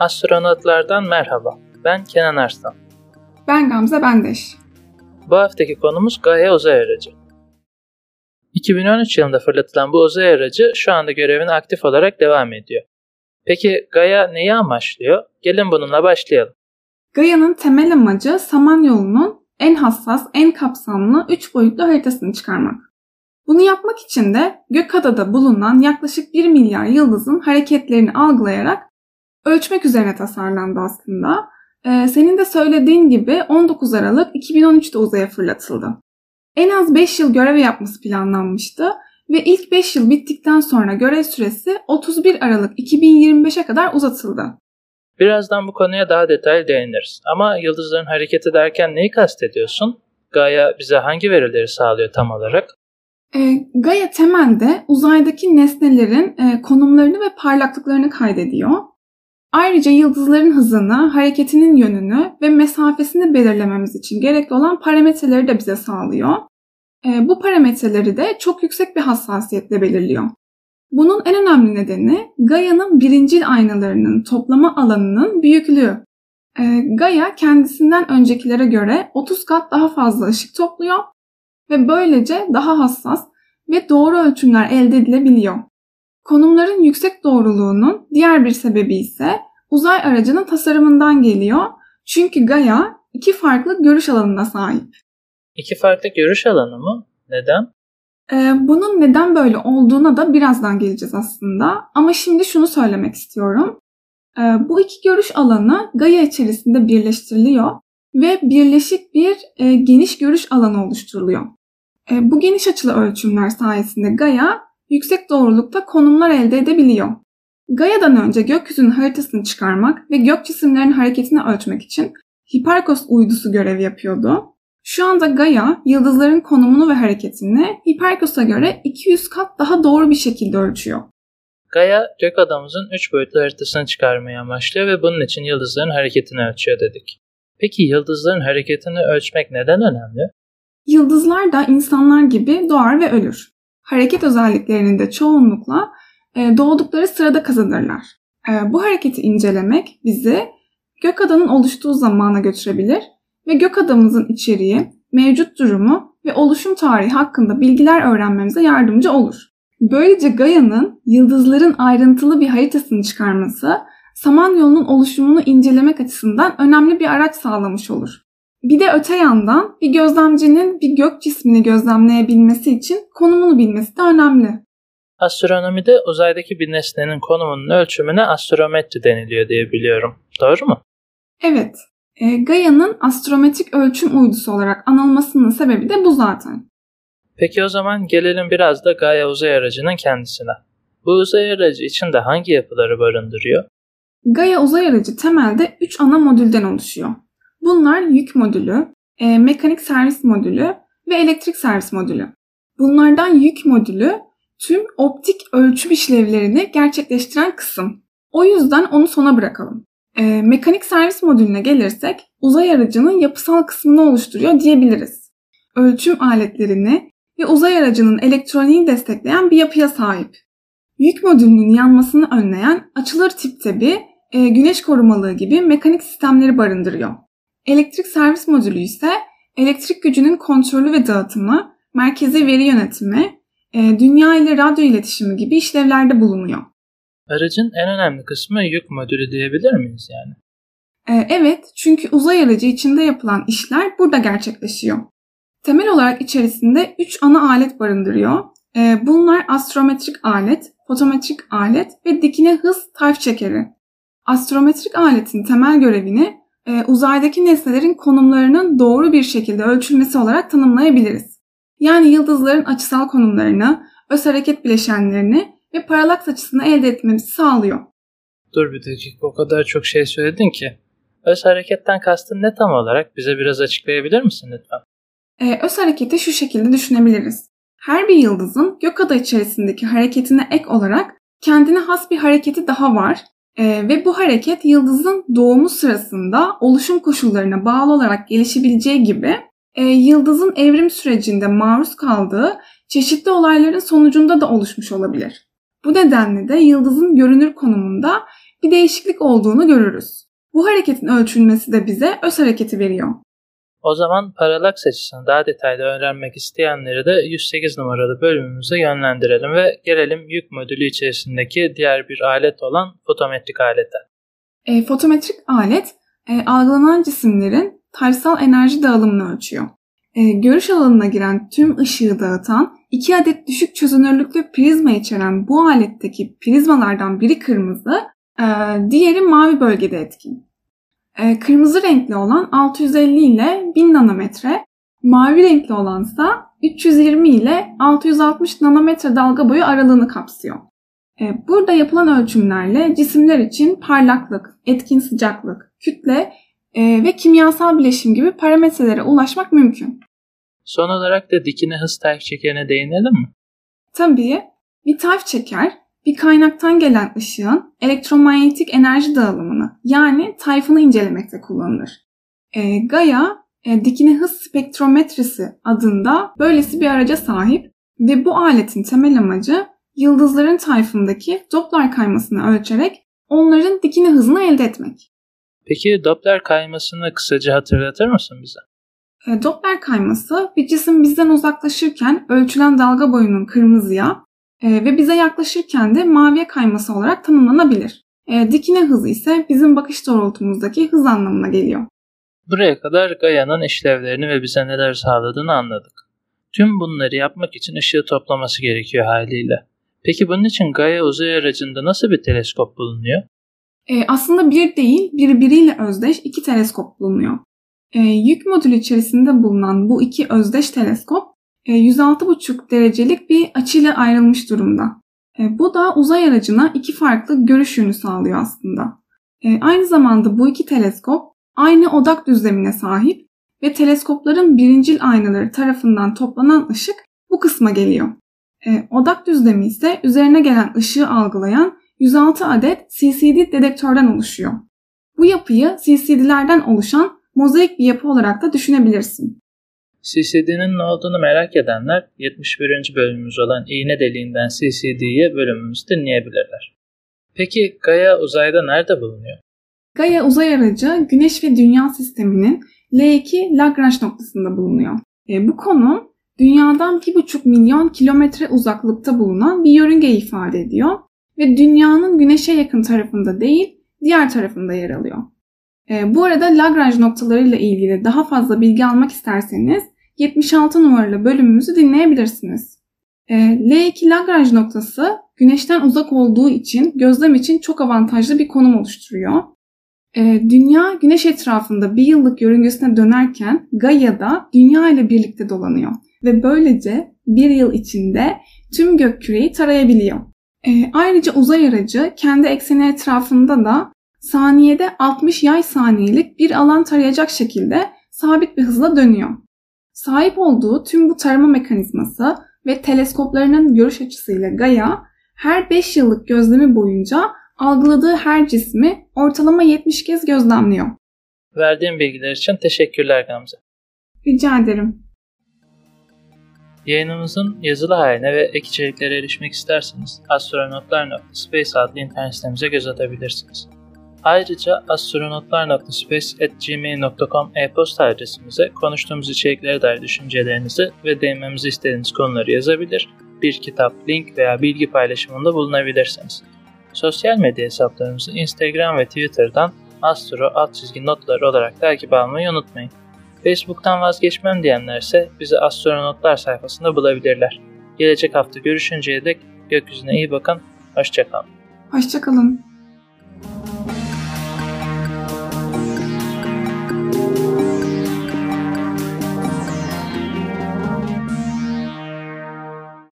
Astronotlardan merhaba, ben Kenan Arslan. Ben Gamze Bendeş. Bu haftaki konumuz Gaia uzay aracı. 2013 yılında fırlatılan bu uzay aracı şu anda görevine aktif olarak devam ediyor. Peki Gaia neyi amaçlıyor? Gelin bununla başlayalım. Gaia'nın temel amacı Samanyolu'nun en hassas, en kapsamlı 3 boyutlu haritasını çıkarmak. Bunu yapmak için de Gökada'da bulunan yaklaşık 1 milyar yıldızın hareketlerini algılayarak ölçmek üzerine tasarlandı aslında. Senin de söylediğin gibi 19 Aralık 2013'te uzaya fırlatıldı. En az 5 yıl görev yapması planlanmıştı ve ilk 5 yıl bittikten sonra görev süresi 31 Aralık 2025'e kadar uzatıldı. Birazdan bu konuya daha detaylı değiniriz. Ama yıldızların hareketi derken neyi kastediyorsun? Gaia bize hangi verileri sağlıyor tam olarak? Gaia temelde uzaydaki nesnelerin konumlarını ve parlaklıklarını kaydediyor. Ayrıca yıldızların hızını, hareketinin yönünü ve mesafesini belirlememiz için gerekli olan parametreleri de bize sağlıyor. Bu parametreleri de çok yüksek bir hassasiyetle belirliyor. Bunun en önemli nedeni Gaia'nın birincil aynalarının toplama alanının büyüklüğü. Gaia kendisinden öncekilere göre 30 kat daha fazla ışık topluyor ve böylece daha hassas ve doğru ölçümler elde edilebiliyor. Konumların yüksek doğruluğunun diğer bir sebebi ise uzay aracının tasarımından geliyor. Çünkü Gaia 2 farklı görüş alanına sahip. 2 farklı görüş alanı mı? Neden? Bunun neden böyle olduğuna da birazdan geleceğiz aslında. Ama şimdi şunu söylemek istiyorum. Bu 2 görüş alanı Gaia içerisinde birleştiriliyor ve birleşik bir geniş görüş alanı oluşturuluyor. Bu geniş açılı ölçümler sayesinde Gaia yüksek doğrulukta konumlar elde edebiliyor. Gaia'dan önce gökyüzünün haritasını çıkarmak ve gök cisimlerinin hareketini ölçmek için Hipparcos uydusu görev yapıyordu. Şu anda Gaia, yıldızların konumunu ve hareketini Hipparcos'a göre 200 kat daha doğru bir şekilde ölçüyor. Gaia, Gökada'mızın 3 boyutlu haritasını çıkarmayı amaçlıyor ve bunun için yıldızların hareketini ölçüyor dedik. Peki yıldızların hareketini ölçmek neden önemli? Yıldızlar da insanlar gibi doğar ve ölür. Hareket özelliklerinin de çoğunlukla doğdukları sırada kazanırlar. Bu hareketi incelemek bizi Gökada'nın oluştuğu zamana götürebilir ve Gökada'mızın içeriği, mevcut durumu ve oluşum tarihi hakkında bilgiler öğrenmemize yardımcı olur. Böylece Gaia'nın yıldızların ayrıntılı bir haritasını çıkarması, Samanyolu'nun oluşumunu incelemek açısından önemli bir araç sağlamış olur. Bir de öte yandan bir gözlemcinin bir gök cismini gözlemleyebilmesi için konumunu bilmesi de önemli. Astronomide uzaydaki bir nesnenin konumunun ölçümüne astrometri deniliyor diye biliyorum. Doğru mu? Evet. Gaia'nın astrometrik ölçüm uydusu olarak anılmasının sebebi de bu zaten. Peki o zaman gelelim biraz da Gaia uzay aracının kendisine. Bu uzay aracı içinde hangi yapıları barındırıyor? Gaia uzay aracı temelde 3 ana modülden oluşuyor. Bunlar yük modülü, mekanik servis modülü ve elektrik servis modülü. Bunlardan yük modülü tüm optik ölçüm işlevlerini gerçekleştiren kısım. O yüzden onu sona bırakalım. Mekanik servis modülüne gelirsek uzay aracının yapısal kısmını oluşturuyor diyebiliriz. Ölçüm aletlerini ve uzay aracının elektroniği destekleyen bir yapıya sahip. Yük modülünün yanmasını önleyen açılır tipte bir güneş korumalığı gibi mekanik sistemleri barındırıyor. Elektrik servis modülü ise elektrik gücünün kontrolü ve dağıtımı, merkezi veri yönetimi, dünya ile radyo iletişimi gibi işlevlerde bulunuyor. Aracın en önemli kısmı yük modülü diyebilir miyiz yani? Evet, çünkü uzay aracı içinde yapılan işler burada gerçekleşiyor. Temel olarak içerisinde 3 ana alet barındırıyor. Bunlar astrometrik alet, fotometrik alet ve dikine hız tayf çekeri. Astrometrik aletin temel görevini uzaydaki nesnelerin konumlarının doğru bir şekilde ölçülmesi olarak tanımlayabiliriz. Yani yıldızların açısal konumlarını, öz hareket bileşenlerini ve paralaks açısını elde etmemizi sağlıyor. Dur bir dakika, o kadar çok şey söyledin ki. Öz hareketten kastın ne tam olarak? Bize biraz açıklayabilir misin lütfen? Öz hareketi şu şekilde düşünebiliriz. Her bir yıldızın Gökada içerisindeki hareketine ek olarak kendine has bir hareketi daha var. Ve bu hareket yıldızın doğumu sırasında oluşum koşullarına bağlı olarak gelişebileceği gibi yıldızın evrim sürecinde maruz kaldığı çeşitli olayların sonucunda da oluşmuş olabilir. Bu nedenle de yıldızın görünür konumunda bir değişiklik olduğunu görürüz. Bu hareketin ölçülmesi de bize öz hareketi veriyor. O zaman paralaks açısını daha detaylı öğrenmek isteyenleri de 108 numaralı bölümümüze yönlendirelim ve gelelim yük modülü içerisindeki diğer bir alet olan fotometrik alete. Fotometrik alet algılanan cisimlerin tayfsal enerji dağılımını ölçüyor. Görüş alanına giren tüm ışığı dağıtan 2 adet düşük çözünürlüklü prizma içeren bu aletteki prizmalardan biri kırmızı, diğeri mavi bölgede etkin. Kırmızı renkli olan 650 ile 1000 nanometre, mavi renkli olansa 320 ile 660 nanometre dalga boyu aralığını kapsıyor. Burada yapılan ölçümlerle cisimler için parlaklık, etkin sıcaklık, kütle ve kimyasal bileşim gibi parametrelere ulaşmak mümkün. Son olarak da dikine hız tayf çekerine değinelim mi? Tabii, bir tayf çeker, bir kaynaktan gelen ışığın elektromanyetik enerji dağılımını yani tayfını incelemekte kullanılır. Gaia, dikine hız spektrometresi adında böylesi bir araca sahip ve bu aletin temel amacı yıldızların tayfındaki Doppler kaymasını ölçerek onların dikine hızını elde etmek. Peki Doppler kaymasını kısaca hatırlatır mısın bize? Doppler kayması bir cisim bizden uzaklaşırken ölçülen dalga boyunun kırmızıya ve bize yaklaşırken de maviye kayması olarak tanımlanabilir. Dikine hızı ise bizim bakış doğrultumuzdaki hız anlamına geliyor. Buraya kadar Gaia'nın işlevlerini ve bize neler sağladığını anladık. Tüm bunları yapmak için ışığı toplaması gerekiyor haliyle. Peki bunun için Gaia uzay aracında nasıl bir teleskop bulunuyor? Aslında bir değil, birbiriyle özdeş 2 teleskop bulunuyor. Yük modülü içerisinde bulunan bu 2 özdeş teleskop 106,5 derecelik bir açıyla ayrılmış durumda. Bu da uzay aracına 2 farklı görüş yönü sağlıyor aslında. Aynı zamanda bu 2 teleskop aynı odak düzlemine sahip ve teleskopların birincil aynaları tarafından toplanan ışık bu kısma geliyor. Odak düzlemi ise üzerine gelen ışığı algılayan 106 adet CCD dedektörden oluşuyor. Bu yapıyı CCD'lerden oluşan mozaik bir yapı olarak da düşünebilirsin. CCD'nin ne olduğunu merak edenler 71. bölümümüz olan İğne Deliğinden CCD'ye bölümümüzü dinleyebilirler. Peki Gaia uzayda nerede bulunuyor? Gaia uzay aracı Güneş ve Dünya sisteminin L2 Lagrange noktasında bulunuyor. Bu konum Dünya'dan 1,5 milyon kilometre uzaklıkta bulunan bir yörüngeyi ifade ediyor ve Dünya'nın Güneş'e yakın tarafında değil, diğer tarafında yer alıyor. Bu arada Lagrange noktalarıyla ilgili daha fazla bilgi almak isterseniz 76 numaralı bölümümüzü dinleyebilirsiniz. L2 Lagrange noktası Güneş'ten uzak olduğu için gözlem için çok avantajlı bir konum oluşturuyor. Dünya Güneş etrafında bir yıllık yörüngesine dönerken Gaia da Dünya ile birlikte dolanıyor ve böylece bir yıl içinde tüm gökküreyi tarayabiliyor. Ayrıca uzay aracı kendi ekseni etrafında da saniyede 60 yay saniyelik bir alan tarayacak şekilde sabit bir hızla dönüyor. Sahip olduğu tüm bu tarama mekanizması ve teleskoplarının görüş açısıyla Gaia her 5 yıllık gözlemi boyunca algıladığı her cismi ortalama 70 kez gözlemliyor. Verdiğin bilgiler için teşekkürler Gamze. Rica ederim. Yayınımızın yazılı haline ve ek içeriklere erişmek isterseniz astronotlar.space adlı internet sitemize göz atabilirsiniz. Ayrıca astronotlar.space@gmail.com e-posta adresimize konuştuğumuz içeriklere dair düşüncelerinizi ve değinmemizi istediğiniz konuları yazabilir, bir kitap, link veya bilgi paylaşımında bulunabilirsiniz. Sosyal medya hesaplarımızı Instagram ve Twitter'dan astro_notlar olarak takip almayı unutmayın. Facebook'tan vazgeçmem diyenlerse bizi Astronotlar sayfasında bulabilirler. Gelecek hafta görüşünceye dek gökyüzüne iyi bakın, hoşça kalın. Hoşça kalın.